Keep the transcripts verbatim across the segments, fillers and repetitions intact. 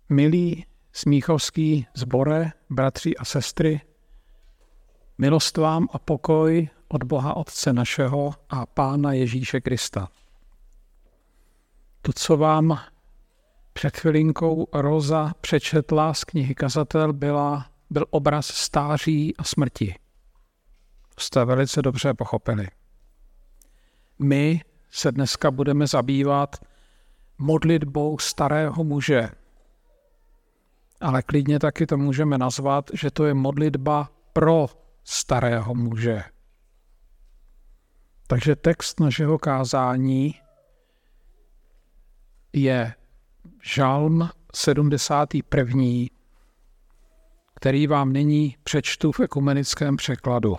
Milí smíchovský sbore, bratři a sestry, milost vám a pokoj od Boha Otce našeho a Pána Ježíše Krista. To, co vám před chvilinkou Roza přečetla z knihy Kazatel, byla, byl obraz stáří a smrti. To jste velice dobře pochopili. My se dneska budeme zabývat modlitbou starého muže. Ale klidně taky to můžeme nazvat, že to je modlitba pro starého muže. Takže text našeho kázání je Žalm sedmdesátý první, který vám nyní přečtu v ekumenickém překladu.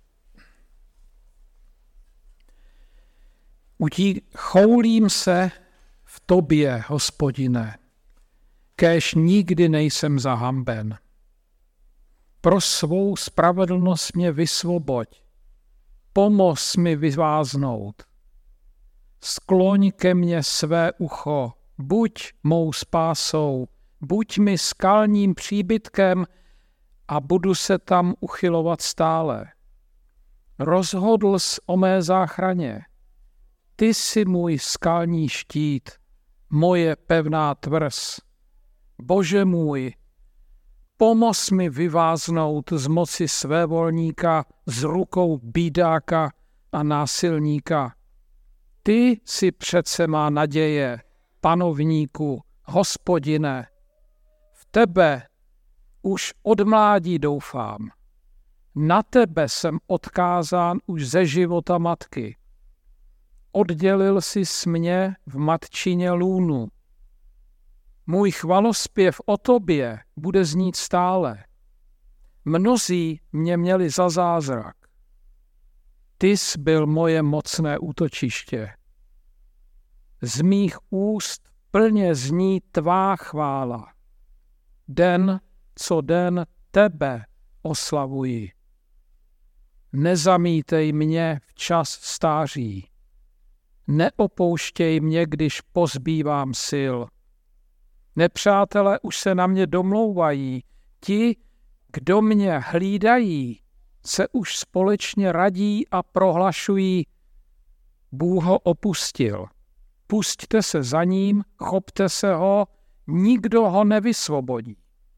Utí, choulím se v tobě, Hospodine, kéž nikdy nejsem zahamben. Pro svou spravedlnost mě vysvoboď, pomoz mi vyváznout. Skloň ke mně své ucho, buď mou spásou, buď mi skalním příbytkem a budu se tam uchylovat stále. Rozhodl jsi o mé záchraně. Ty jsi můj skalní štít, moje pevná tvrz. Bože můj, pomoz mi vyváznout z moci svévolníka, z rukou bídáka a násilníka. Ty jsi přece má naděje, panovníku, Hospodine. V tebe už od mládí doufám. Na tebe jsem odkázán už ze života matky. Oddělil jsi mě v matčině lůnu. Můj chvalospěv o tobě bude znít stále. Mnozí mě měli za zázrak. Ty jsi byl moje mocné útočiště. Z mých úst plně zní tvá chvála. Den co den tebe oslavuji. Nezamítej mě v čas stáří. Neopouštěj mě, když pozbývám sil. Nepřátelé už se na mě domlouvají. Ti, kdo mě hlídají, se už společně radí a prohlašují: Bůh ho opustil. Pusťte se za ním, chopte se ho, nikdo ho nevysvobodí.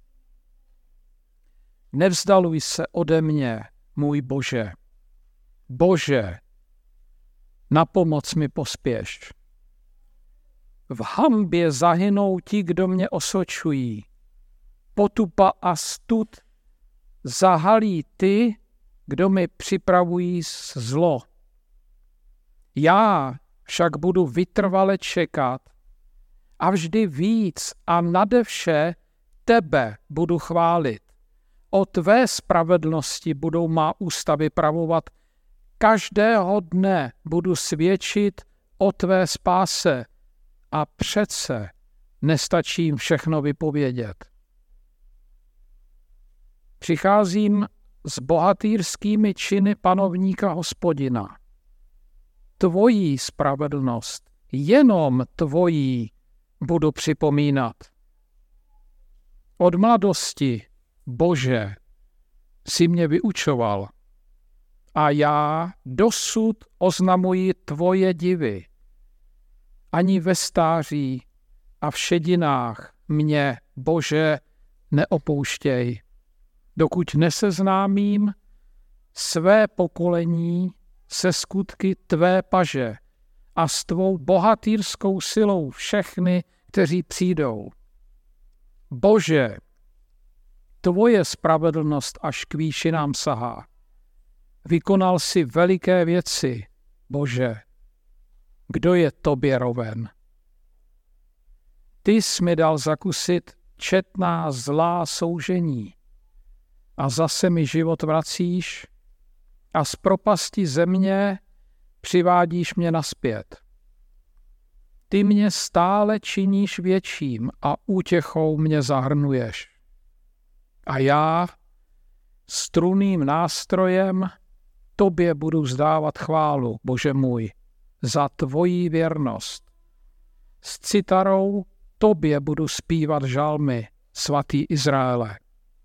Nevzdaluj se ode mě, můj Bože. Bože, na pomoc mi pospěš. V hanbě zahynou ti, kdo mě osočují. Potupa a stud zahalí ty, kdo mi připravují zlo. Já však budu vytrvale čekat a vždy víc a nade vše tebe budu chválit. O tvé spravedlnosti budou má ústa vypravovat. Každého dne budu svědčit o tvé spáse a přece nestačím všechno vypovědět. Přicházím s bohatýrskými činy panovníka Hospodina. Tvojí spravedlnost, jenom tvojí budu připomínat. Od mladosti, Bože, si mě vyučoval a já dosud oznamuji tvoje divy. Ani ve stáří a v šedinách mě, Bože, neopouštěj, dokud neseznámím své pokolení se skutky tvé paže a s tvou bohatýrskou silou všechny, kteří přijdou. Bože, tvoje spravedlnost až k výšinám sahá. Vykonal si veliké věci, Bože. Kdo je tobě roven? Ty jsi mi dal zakusit četná zlá soužení a zase mi život vracíš a z propasti země přivádíš mě naspět. Ty mě stále činíš větším a útěchou mě zahrnuješ. A já strunným nástrojem tobě budu vzdávat chválu, Bože můj, za tvoji věrnost. S citarou tobě budu zpívat žalmy, svatý Izraele.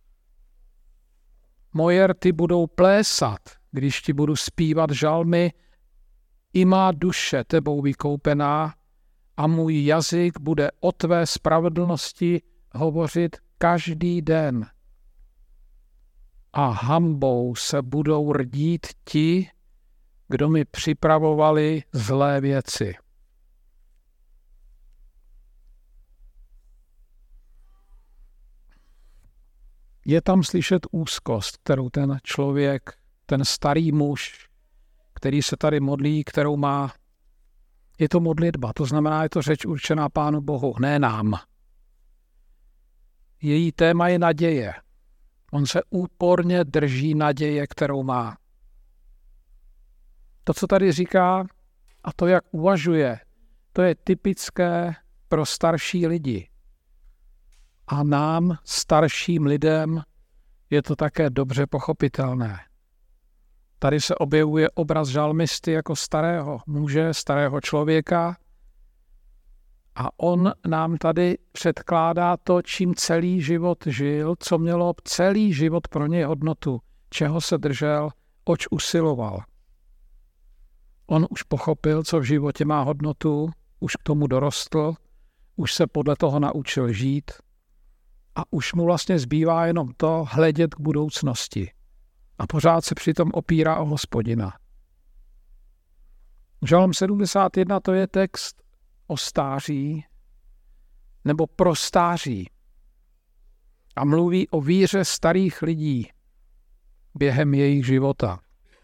Moje rty budou plésat, když ti budu zpívat žalmy, i má duše tebou vykoupená a můj jazyk bude o tvé spravedlnosti hovořit každý den. A hanbou se budou rdít ti, kdo mi připravovali zlé věci. Je tam slyšet úzkost, kterou ten člověk, ten starý muž, který se tady modlí, kterou má. Je to modlitba, to znamená, je to řeč určená Pánu Bohu, ne nám. Její téma je naděje. On se úporně drží naděje, kterou má. To, co tady říká, a to, jak uvažuje, to je typické pro starší lidi. A nám, starším lidem, je to také dobře pochopitelné. Tady se objevuje obraz žalmisty jako starého muže, starého člověka a on nám tady předkládá to, čím celý život žil, co mělo celý život pro něj hodnotu, čeho se držel, oč usiloval. On už pochopil, co v životě má hodnotu, už k tomu dorostl, už se podle toho naučil žít a už mu vlastně zbývá jenom to hledět k budoucnosti. A pořád se přitom opírá o Hospodina. Žalm sedmdesát jedna to je text o stáří nebo pro stáří a mluví o víře starých lidí během jejich života.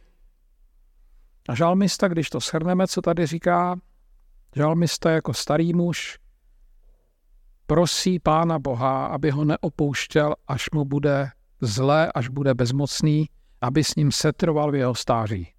A žalmista, když to shrneme, co tady říká, žalmista jako starý muž prosí Pána Boha, aby ho neopouštěl, až mu bude zlé, až bude bezmocný, aby s ním setrval v jeho stáří.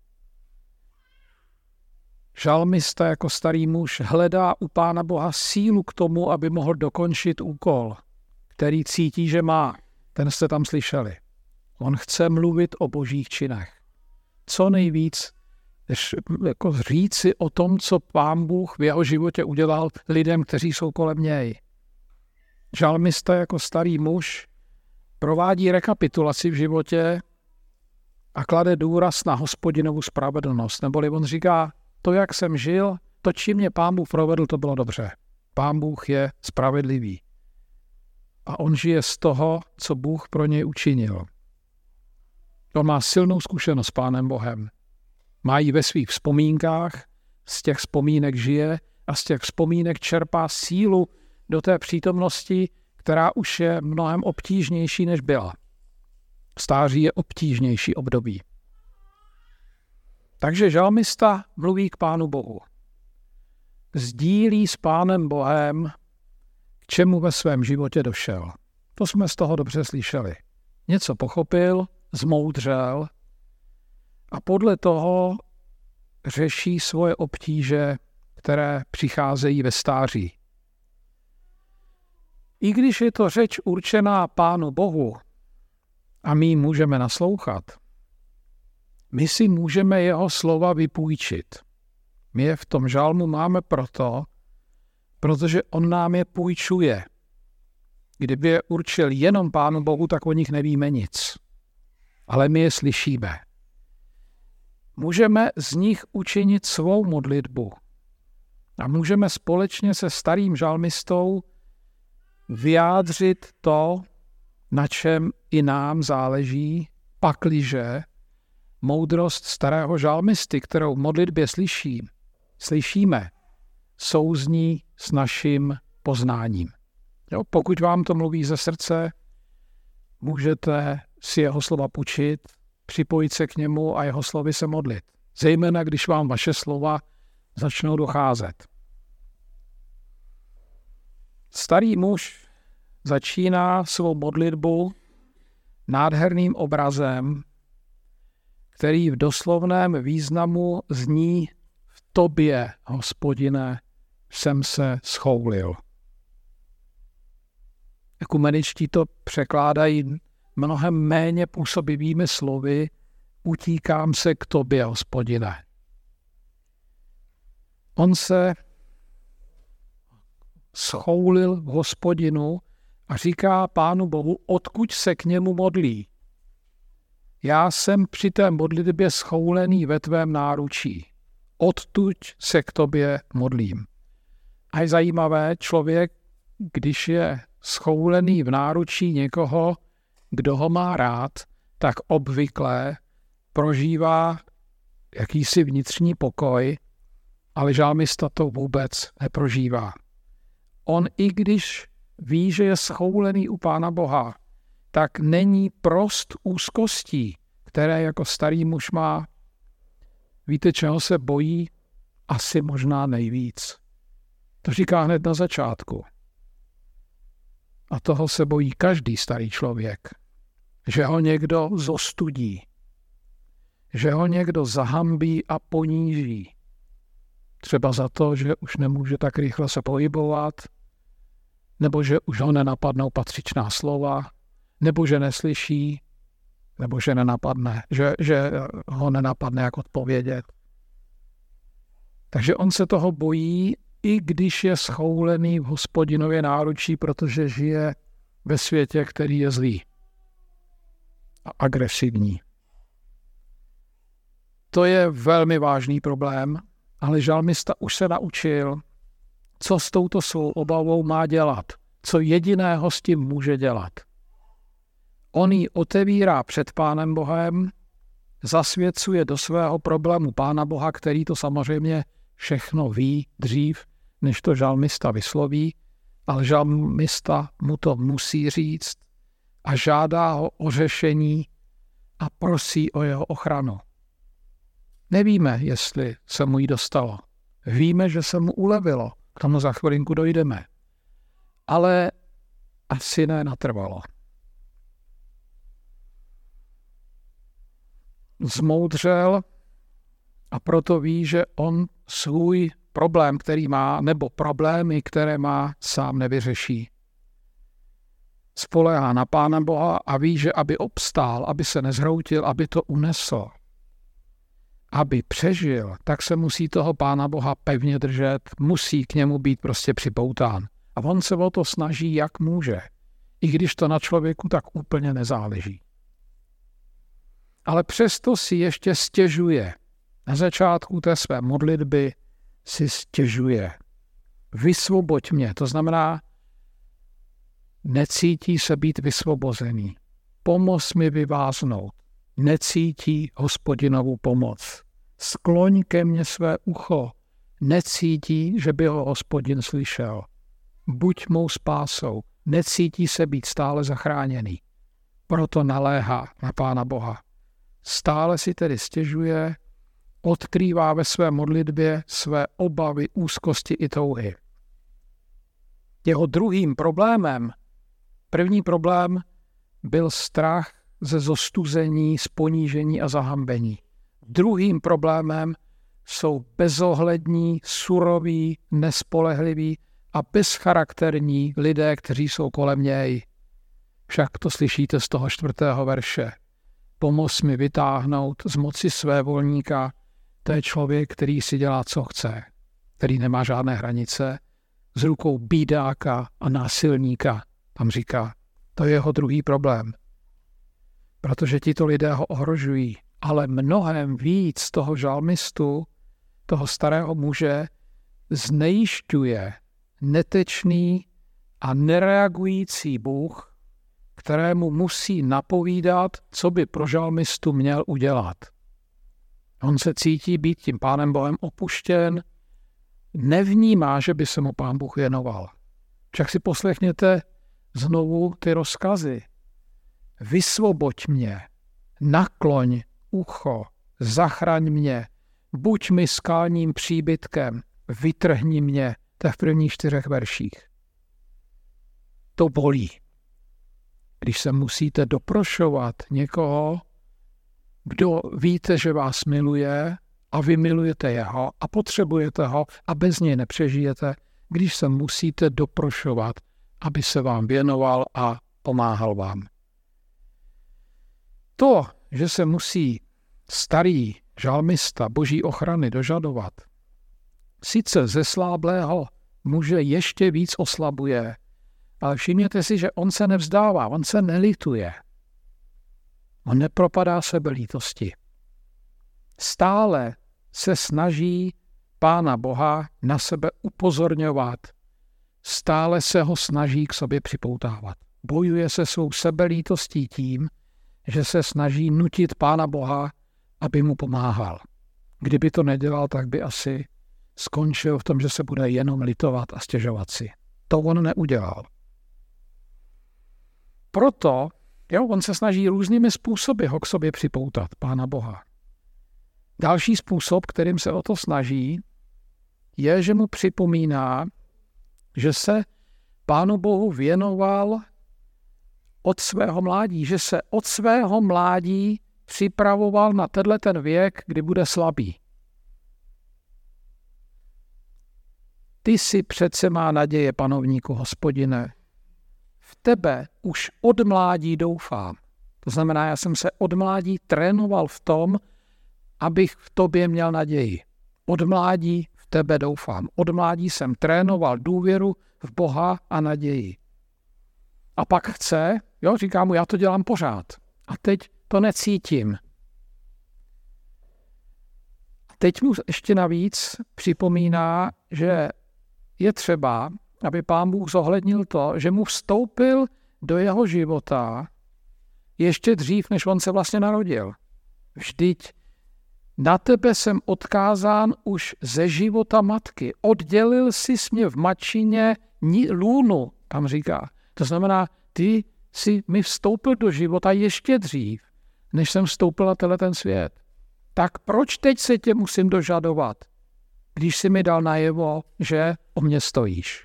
Žalmista jako starý muž hledá u Pána Boha sílu k tomu, aby mohl dokončit úkol, který cítí, že má. Ten jste tam slyšeli. On chce mluvit o božích činech. Co nejvíc jako říci o tom, co Pán Bůh v jeho životě udělal lidem, kteří jsou kolem něj. Žalmista jako starý muž provádí rekapitulaci v životě a klade důraz na Hospodinovu spravedlnost. Neboli on říká, to, jak jsem žil, to, čím mě Pán Bůh provedl, to bylo dobře. Pán Bůh je spravedlivý. A on žije z toho, co Bůh pro něj učinil. On má silnou zkušenost s Pánem Bohem. Má ji ve svých vzpomínkách, z těch vzpomínek žije a z těch vzpomínek čerpá sílu do té přítomnosti, která už je mnohem obtížnější, než byla. Stáří je obtížnější období. Takže žalmista mluví k Pánu Bohu. Sdílí s Pánem Bohem, k čemu ve svém životě došel. To jsme z toho dobře slyšeli. Něco pochopil, zmoudřel a podle toho řeší svoje obtíže, které přicházejí ve stáří. I když je to řeč určená Pánu Bohu a my můžeme naslouchat, my si můžeme jeho slova vypůjčit. My je v tom žalmu máme proto, protože on nám je půjčuje. Kdyby je určil jenom Pánu Bohu, tak o nich nevíme nic. Ale my je slyšíme. Můžeme z nich učinit svou modlitbu. A můžeme společně se starým žalmistou vyjádřit to, na čem i nám záleží, pakliže moudrost starého žalmisty, kterou v modlitbě slyším, slyšíme, souzní s naším poznáním. Jo, pokud vám to mluví ze srdce, můžete si jeho slova půjčit, připojit se k němu a jeho slovy se modlit. Zejména, když vám vaše slova začnou docházet. Starý muž začíná svou modlitbu nádherným obrazem, který v doslovném významu zní: v tobě, Hospodine, jsem se schoulil. Ekumeničtí to překládají mnohem méně působivými slovy: utíkám se k tobě, Hospodine. On se schoulil v Hospodinu a říká Pánu Bohu, odkud se k němu modlí. Já jsem při té modlitbě schoulený ve tvém náručí. Odtud se k tobě modlím. A je zajímavé, člověk, když je schoulený v náručí někoho, kdo ho má rád, tak obvykle prožívá jakýsi vnitřní pokoj, ale žalmista to vůbec neprožívá. On i když ví, že je schoulený u Pána Boha, tak není prost úzkostí, které jako starý muž má. Víte, čeho se bojí? Asi možná nejvíc. To říká hned na začátku. A toho se bojí každý starý člověk. Že ho někdo zostudí. Že ho někdo zahambí a poníží. Třeba za to, že už nemůže tak rychle se pohybovat, nebo že už ho nenapadnou patřičná slova, nebo že neslyší, nebo že nenapadne, že, že ho nenapadne, jak odpovědět. Takže on se toho bojí, i když je schoulený v Hospodinově náručí, protože žije ve světě, který je zlý a agresivní. To je velmi vážný problém, ale žalmista už se naučil, co s touto svou obavou má dělat, co jediného s tím může dělat. On ji otevírá před Pánem Bohem, zasvěcuje do svého problému Pána Boha, který to samozřejmě všechno ví dřív, než to žalmista vysloví, ale žalmista mu to musí říct a žádá ho o řešení a prosí o jeho ochranu. Nevíme, jestli se mu jí dostalo. Víme, že se mu ulevilo. K tomu za chvilinku dojdeme. Ale asi ne natrvalo. Zmoudřel a proto ví, že on svůj problém, který má, nebo problémy, které má, sám nevyřeší. Spoléhá na Pána Boha a ví, že aby obstál, aby se nezhroutil, aby to unesl, aby přežil, tak se musí toho Pána Boha pevně držet, musí k němu být prostě připoután. A on se o to snaží, jak může, i když to na člověku tak úplně nezáleží. Ale přesto si ještě stěžuje. Na začátku té své modlitby si stěžuje. Vysvoboď mě, to znamená, necítí se být vysvobozený. Pomoz mi vyváznout. Necítí Hospodinovu pomoc. Skloň ke mně své ucho. Necítí, že by ho Hospodin slyšel. Buď mou spásou. Necítí se být stále zachráněný. Proto naléhá na Pána Boha. Stále si tedy stěžuje, odkrývá ve své modlitbě své obavy, úzkosti i touhy. Jeho druhým problémem, první problém byl strach ze zostuzení, z ponížení a zahambení. Druhým problémem jsou bezohlední, suroví, nespolehliví a bezcharakterní lidé, kteří jsou kolem něj. Však to slyšíte z toho čtvrtého verše. Pomoz mi vytáhnout z moci své volníka. To je člověk, který si dělá, co chce, který nemá žádné hranice, s rukou bídáka a násilníka. Tam říká, to je jeho druhý problém. Protože tito lidé ho ohrožují, ale mnohem víc toho žalmistu, toho starého muže, znejišťuje netečný a nereagující Bůh, kterému musí napovídat, co by pro žalmistu měl udělat. On se cítí být tím Pánem Bohem opuštěn, nevnímá, že by se mu Pán Bůh věnoval. Však si poslechněte znovu ty rozkazy. Vysvoboď mě, nakloň ucho, zachraň mě, buď mi skalním příbytkem, vytrhni mě. To je v prvních čtyřech verších. To bolí. Když se musíte doprošovat někoho, kdo víte, že vás miluje a vy milujete jeho a potřebujete ho a bez něj nepřežijete, když se musíte doprošovat, aby se vám věnoval a pomáhal vám. To, že se musí starý žalmista boží ochrany dožadovat, sice zesláblého muže ještě víc oslabuje. Ale všimněte si, že on se nevzdává, on se nelituje. On nepropadá sebelítosti. Stále se snaží Pána Boha na sebe upozorňovat. Stále se ho snaží k sobě připoutávat. Bojuje se svou sebelítostí tím, že se snaží nutit Pána Boha, aby mu pomáhal. Kdyby to nedělal, tak by asi skončil v tom, že se bude jenom litovat a stěžovat si. To on neudělal. Proto jo, on se snaží různými způsoby ho k sobě připoutat, Pána Boha. Další způsob, kterým se o to snaží, je, že mu připomíná, že se Pánu Bohu věnoval od svého mládí, že se od svého mládí připravoval na tenhle ten věk, kdy bude slabý. Ty jsi přece má naděje, panovníku Hospodine. V tebe už od mládí doufám. To znamená, já jsem se od mládí trénoval v tom, abych v tobě měl naději. Od mládí v tebe doufám. Od mládí jsem trénoval důvěru v Boha a naději. A pak chce, jo, říká mu, já to dělám pořád. A teď to necítím. A teď mu ještě navíc připomíná, že je třeba, aby Pán Bůh zohlednil to, že mu vstoupil do jeho života ještě dřív, než on se vlastně narodil. Vždyť na tebe jsem odkázán už ze života matky. Oddělil jsi mě v matčině lůnu, tam říká. To znamená, ty jsi mi vstoupil do života ještě dřív, než jsem vstoupil na tenhle ten svět. Tak proč teď se tě musím dožadovat, když jsi mi dal najevo, že o mě stojíš?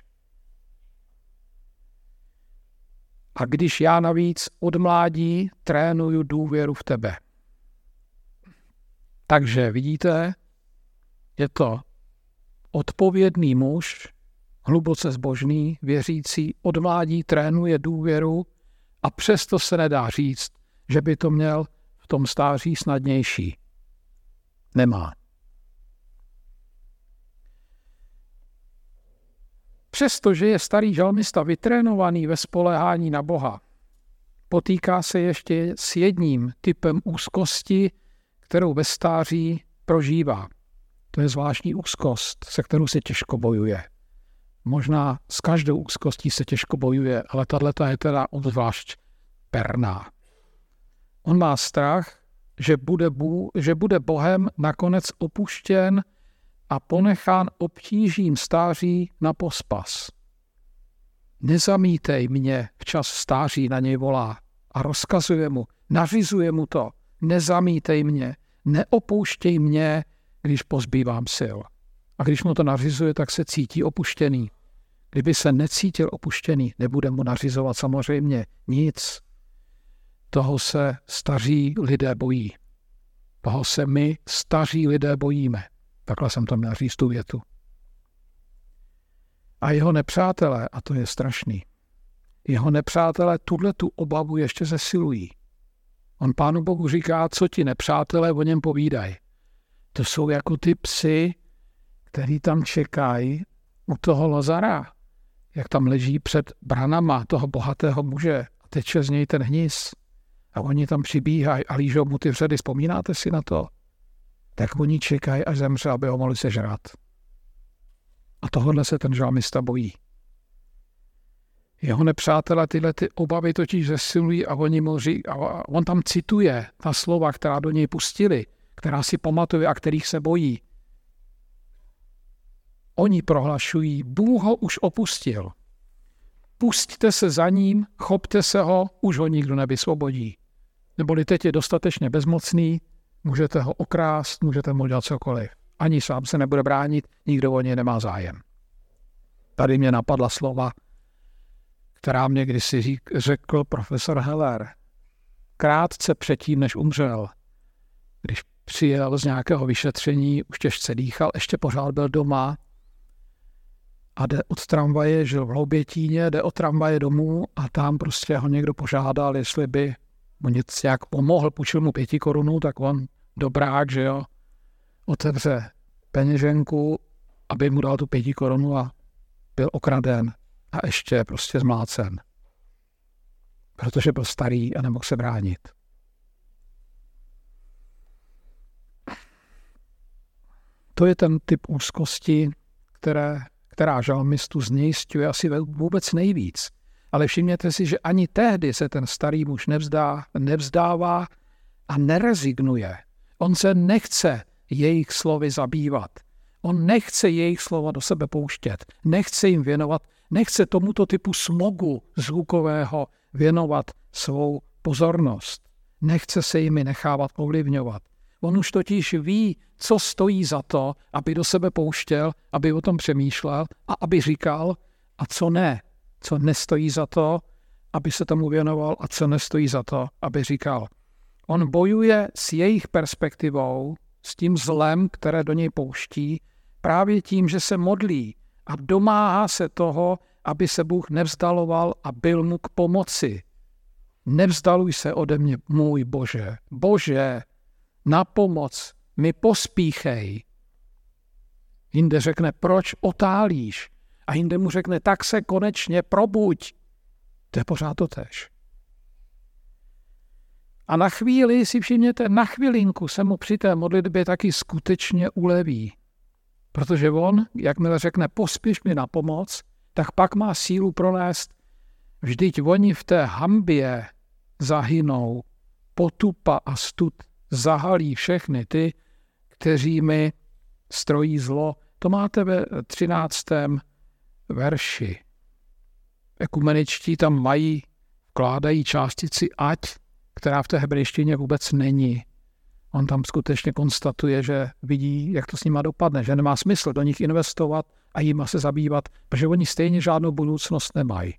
A když já navíc od mládí trénuju důvěru v tebe. Takže vidíte, je to odpovědný muž, hluboce zbožný, věřící, od mládí trénuje důvěru a přesto se nedá říct, že by to měl v tom stáří snadnější. Nemá. Přestože je starý žalmista vytrénovaný ve spoléhání na Boha, potýká se ještě s jedním typem úzkosti, kterou ve stáří prožívá. To je zvláštní úzkost, se kterou se těžko bojuje. Možná s každou úzkostí se těžko bojuje, ale tato je teda obzvlášť perná. On má strach, že bude, Bůh, že bude Bohem nakonec opuštěn a ponechán obtížím stáří na pospas. Nezamítej mě, včas stáří na něj volá a rozkazuje mu, nařizuje mu to, nezamítej mě, neopouštěj mě, když pozbývám sil. A když mu to nařizuje, tak se cítí opuštěný. Kdyby se necítil opuštěný, nebude mu nařizovat samozřejmě nic. Toho se staří lidé bojí. Toho se my, staří lidé, bojíme. Takhle jsem to měl říct tu větu. A jeho nepřátelé, a to je strašný, jeho nepřátelé tuhletu obavu ještě zesilují. On Pánu Bohu říká, co ti nepřátelé o něm povídají. To jsou jako ty psy, který tam čekají u toho Lazara, jak tam leží před branama toho bohatého muže a teče z něj ten hnis. A oni tam přibíhají a lížou mu ty vředy. Vzpomínáte si na to? Tak oni čekají, až zemře, aby ho mohli sežrat. A tohle se ten žalmista bojí. Jeho nepřátelé tyhle ty obavy totiž zesilují a oni mu říkají, a on tam cituje ta slova, která do něj pustili, která si pamatuje a kterých se bojí. Oni prohlašují, Bůh ho už opustil. Pusťte se za ním, chopte se ho, už ho nikdo nevysvobodí. Neboli teď je dostatečně bezmocný, můžete ho okrást, můžete mu dělat cokoliv. Ani sám se nebude bránit, nikdo o něj nemá zájem. Tady mě napadla slova, která mě kdysi řekl profesor Heller. Krátce předtím, než umřel, když přijel z nějakého vyšetření, už těžce dýchal, ještě pořád byl doma a jde od tramvaje, žil v Hloubětíně, jde od tramvaje domů a tam prostě ho někdo požádal, jestli by mu nic nějak pomohl, půjčil mu pěti korunů, tak on dobrák, že jo, otevře peněženku, aby mu dal tu pěti korunu a byl okraden a ještě prostě zmlácen. Protože byl starý a nemohl se bránit. To je ten typ úzkosti, které, která žalmistu znejisťuje asi vůbec nejvíc. Ale všimněte si, že ani tehdy se ten starý muž nevzdá, nevzdává a nerezignuje. On se nechce jejich slovy zabývat. On nechce jejich slova do sebe pouštět. Nechce jim věnovat, nechce tomuto typu smogu zvukového věnovat svou pozornost. Nechce se jimi nechávat ovlivňovat. On už totiž ví, co stojí za to, aby do sebe pouštěl, aby o tom přemýšlel a aby říkal, a co ne. Co nestojí za to, aby se tomu věnoval a co nestojí za to, aby říkal. On bojuje s jejich perspektivou, s tím zlem, které do něj pouští, právě tím, že se modlí a domáhá se toho, aby se Bůh nevzdaloval a byl mu k pomoci. Nevzdaluj se ode mě, můj Bože. Bože, na pomoc mi pospíchej. Jinde řekne, proč otálíš? A jinde mu řekne, tak se konečně probuď. To je pořád to též. A na chvíli, si všimněte, na chvilinku se mu při té modlitbě taky skutečně uleví. Protože on, jakmile řekne, pospěš mi na pomoc, tak pak má sílu pronést, vždyť oni v té hanbě zahynou, potupa a stud zahalí všechny ty, kteří mi strojí zlo. To máte ve třináctém verši. Ekumeničtí tam mají, vkládají částici ať, která v té hebrejštině vůbec není. On tam skutečně konstatuje, že vidí, jak to s nima dopadne, že nemá smysl do nich investovat a jima se zabývat, protože oni stejně žádnou budoucnost nemají.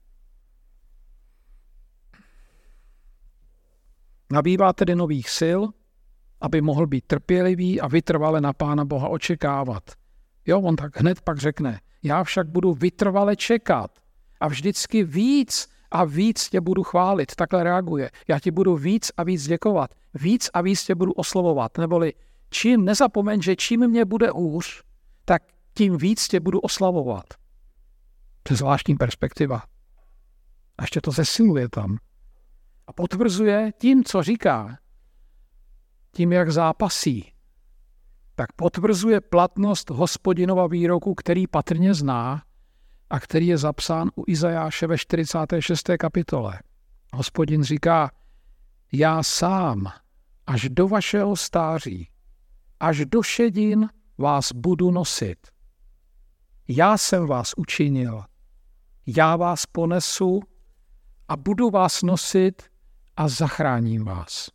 Nabývá tedy nových sil, aby mohl být trpělivý a vytrvale na Pána Boha očekávat. Jo, on tak hned pak řekne, já však budu vytrvale čekat a vždycky víc a víc tě budu chválit. Takhle reaguje. Já ti budu víc a víc děkovat. Víc a víc tě budu oslovovat. Neboli čím, nezapomeň, že čím mě bude hůř, tak tím víc tě budu oslavovat. To je zvláštní perspektiva. A ještě to zesiluje tam. A potvrzuje tím, co říká, tím, jak zápasí, tak potvrzuje platnost Hospodinova výroku, který patrně zná a který je zapsán u Izajáše ve čtyřicáté šesté kapitole. Hospodin říká, já sám až do vašeho stáří, až do šedin vás budu nosit. Já jsem vás učinil, já vás ponesu a budu vás nosit a zachráním vás.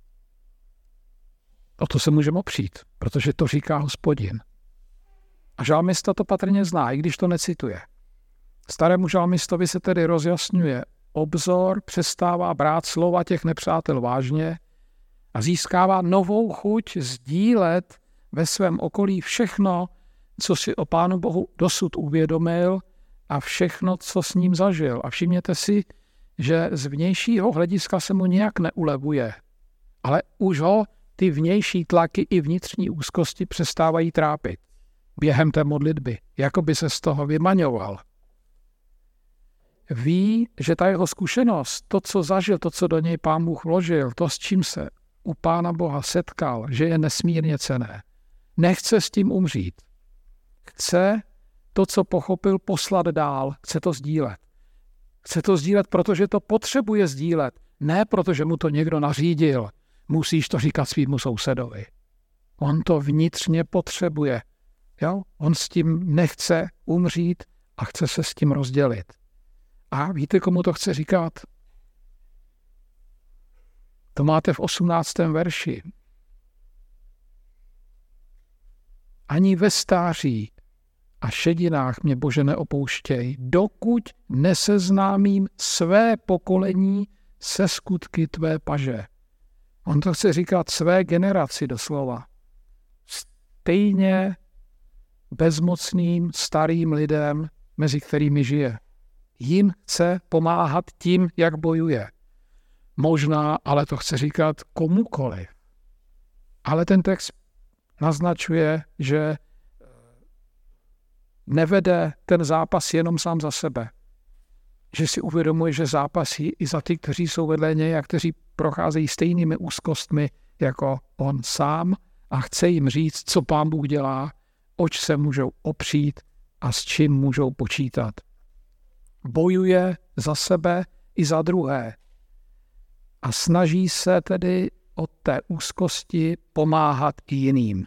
O to se můžeme opřít, protože to říká Hospodin. A žalmista to patrně zná, i když to necituje. Starému žalmistovi se tedy rozjasňuje obzor, přestává brát slova těch nepřátel vážně a získává novou chuť sdílet ve svém okolí všechno, co si o Pánu Bohu dosud uvědomil a všechno, co s ním zažil. A všimněte si, že z vnějšího hlediska se mu nějak neulevuje, ale už ho ty vnější tlaky i vnitřní úzkosti přestávají trápit během té modlitby, jako by se z toho vymaňoval. Ví, že ta jeho zkušenost, to, co zažil, to, co do něj Pán Bůh vložil, to, s čím se u Pána Boha setkal, že je nesmírně cenné. Nechce s tím umřít. Chce to, co pochopil, poslat dál. Chce to sdílet. Chce to sdílet, protože to potřebuje sdílet. Ne, protože mu to někdo nařídil. Musíš to říkat svýmu sousedovi. On to vnitřně potřebuje. Jo? On s tím nechce umřít a chce se s tím rozdělit. A víte, komu to chce říkat? To máte v osmnáctém verši. Ani ve stáří a šedinách mě, Bože, neopouštěj, dokud neseznámím své pokolení se skutky tvé paže. On to chce říkat své generaci doslova. Stejně bezmocným starým lidem, mezi kterými žije. Jim chce pomáhat tím, jak bojuje. Možná, ale to chce říkat komukoliv. Ale ten text naznačuje, že nevede ten zápas jenom sám za sebe. Že si uvědomuje, že zápasí i za ty, kteří jsou vedle něj a kteří procházejí stejnými úzkostmi jako on sám a chce jim říct, co Pán Bůh dělá, oč se můžou opřít a s čím můžou počítat. Bojuje za sebe i za druhé a snaží se tedy od té úzkosti pomáhat i jiným.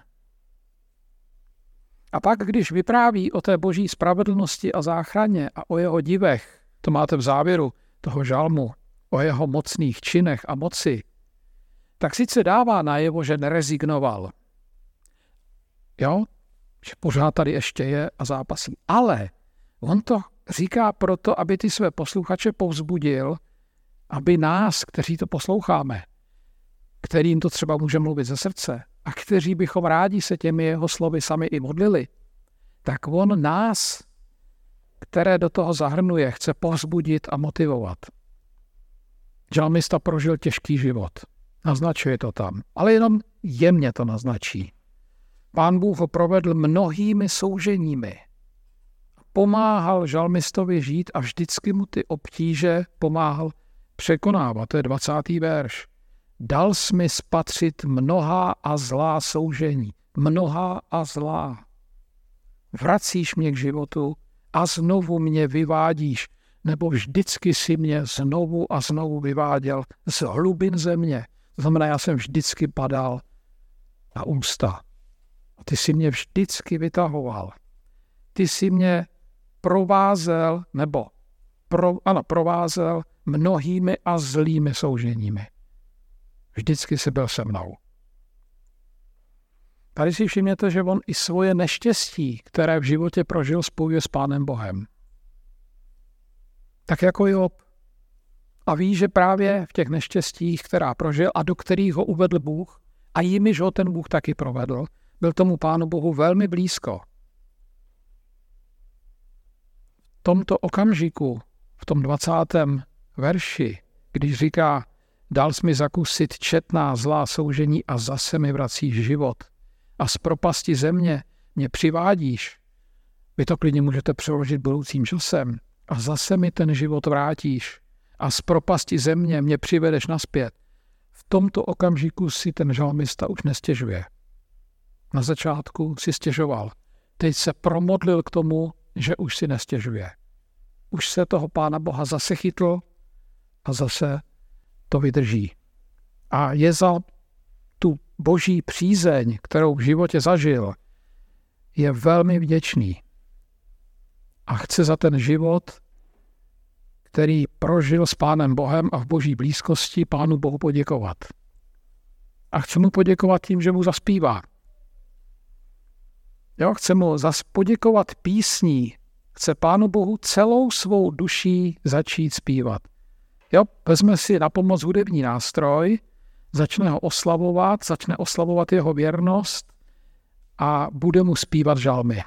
A pak, když vypráví o té boží spravedlnosti a záchraně a o jeho divech, to máte v závěru toho žalmu, o jeho mocných činech a moci, tak sice dává najevo, že nerezignoval. Jo, že pořád tady ještě je a zápasí. Ale on to říká proto, aby ty své posluchače povzbudil, aby nás, kteří to posloucháme, kterým to třeba může mluvit ze srdce a kteří bychom rádi se těmi jeho slovy sami i modlili, tak on nás, které do toho zahrnuje, chce povzbudit a motivovat. Žalmista prožil těžký život. Naznačuje to tam, ale jenom jemně to naznačí. Pán Bůh ho provedl mnohými souženími. Pomáhal žalmistovi žít a vždycky mu ty obtíže pomáhal překonávat. To je dvacátý verš. Dal jsi mi spatřit mnohá a zlá soužení. Mnohá a zlá. Vracíš mě k životu a znovu mě vyvádíš, nebo vždycky si mě znovu a znovu vyváděl z hlubin země. To znamená, já jsem vždycky padal na ústa. A ty si mě vždycky vytahoval. Ty si mě provázel, nebo pro, ano, provázel mnohými a zlými souženími. Vždycky jsi byl se mnou. Tady si všimněte, že on i svoje neštěstí, které v životě prožil, spojuje s Pánem Bohem. Tak jako Job. A ví, že právě v těch neštěstích, která prožil a do kterých ho uvedl Bůh, a jimiž ho ten Bůh taky provedl, byl tomu Pánu Bohu velmi blízko. V tomto okamžiku, v tom dvacátém verši, když říká, dal jsi mi zakusit četná zlá soužení a zase mi vracíš život a z propasti země mě přivádíš, vy to klidně můžete přeložit budoucím časem, a zase mi ten život vrátíš a z propasti země mě přivedeš nazpět. V tomto okamžiku si ten žalmista už nestěžuje. Na začátku si stěžoval. Teď se promodlil k tomu, že už si nestěžuje. Už se toho Pána Boha zase chytl a zase to vydrží. A je za tu boží přízeň, kterou v životě zažil, je velmi vděčný. A chce za ten život, který prožil s Pánem Bohem a v boží blízkosti, Pánu Bohu poděkovat. A chce mu poděkovat tím, že mu zaspívá. Jo, chce mu zas poděkovat písní, chce Pánu Bohu celou svou duší začít zpívat. Jo, vezme si na pomoc hudební nástroj, začne ho oslavovat, začne oslavovat jeho věrnost a bude mu zpívat žalmy.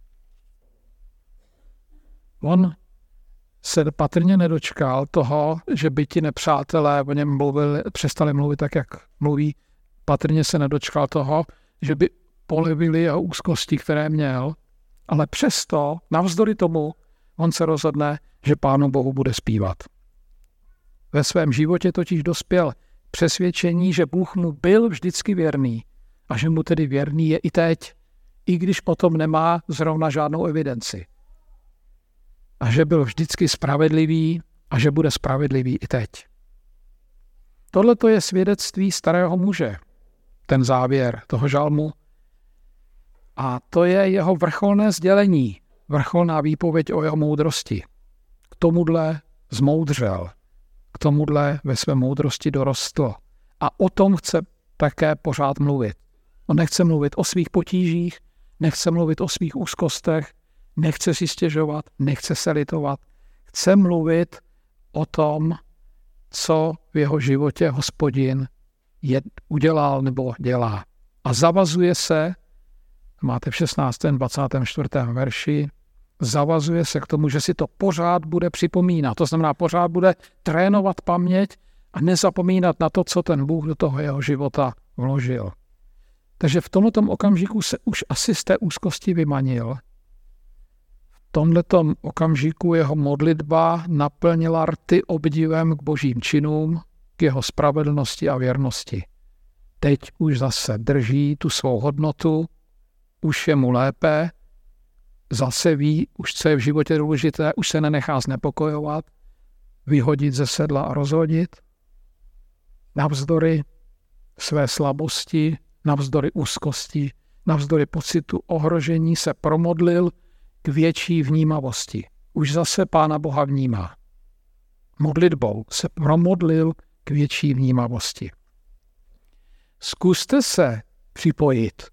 On se patrně nedočkal toho, že by ti nepřátelé o něm mluvili, přestali mluvit tak, jak mluví. Patrně se nedočkal toho, že by polevili jeho úzkosti, které měl, ale přesto, navzdory tomu, on se rozhodne, že Pánu Bohu bude zpívat. Ve svém životě totiž dospěl přesvědčení, že Bůh mu byl vždycky věrný a že mu tedy věrný je i teď, i když o tom nemá zrovna žádnou evidenci. A že byl vždycky spravedlivý a že bude spravedlivý i teď. Tohle to je svědectví starého muže, ten závěr toho žalmu. A to je jeho vrcholné sdělení, vrcholná výpověď o jeho moudrosti. K tomuhle zmoudřel, k tomuhle ve své moudrosti dorostl. A o tom chce také pořád mluvit. On nechce mluvit o svých potížích, nechce mluvit o svých úzkostech, nechce si stěžovat, nechce se litovat. Chce mluvit o tom, co v jeho životě Hospodin je, udělal nebo dělá. A zavazuje se, máte v šestnáctém dvacátém čtvrtém verši, zavazuje se k tomu, že si to pořád bude připomínat. To znamená, pořád bude trénovat paměť a nezapomínat na to, co ten Bůh do toho jeho života vložil. Takže v tomto okamžiku se už asi z té úzkosti vymanil tomhletom okamžiku jeho modlitba naplnila rty obdivem k božím činům, k jeho spravedlnosti a věrnosti. Teď už zase drží tu svou hodnotu, už je mu lépe, zase ví, už co je v životě důležité, už se nenechá znepokojovat, vyhodit ze sedla a rozhodit. Navzdory své slabosti, navzdory úzkosti, navzdory pocitu ohrožení se promodlil k větší vnímavosti. Už zase Pána Boha vnímá. Modlitbou se promodlil k větší vnímavosti. Zkuste se připojit.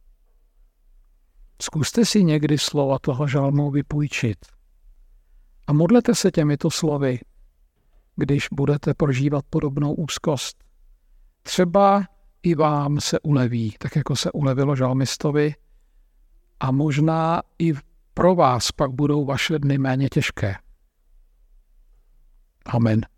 Zkuste si někdy slova toho žalmu vypůjčit. A modlete se těmito slovy, když budete prožívat podobnou úzkost. Třeba i vám se uleví, tak jako se ulevilo žalmistovi, a možná i pro vás pak budou vaše dny méně těžké. Amen.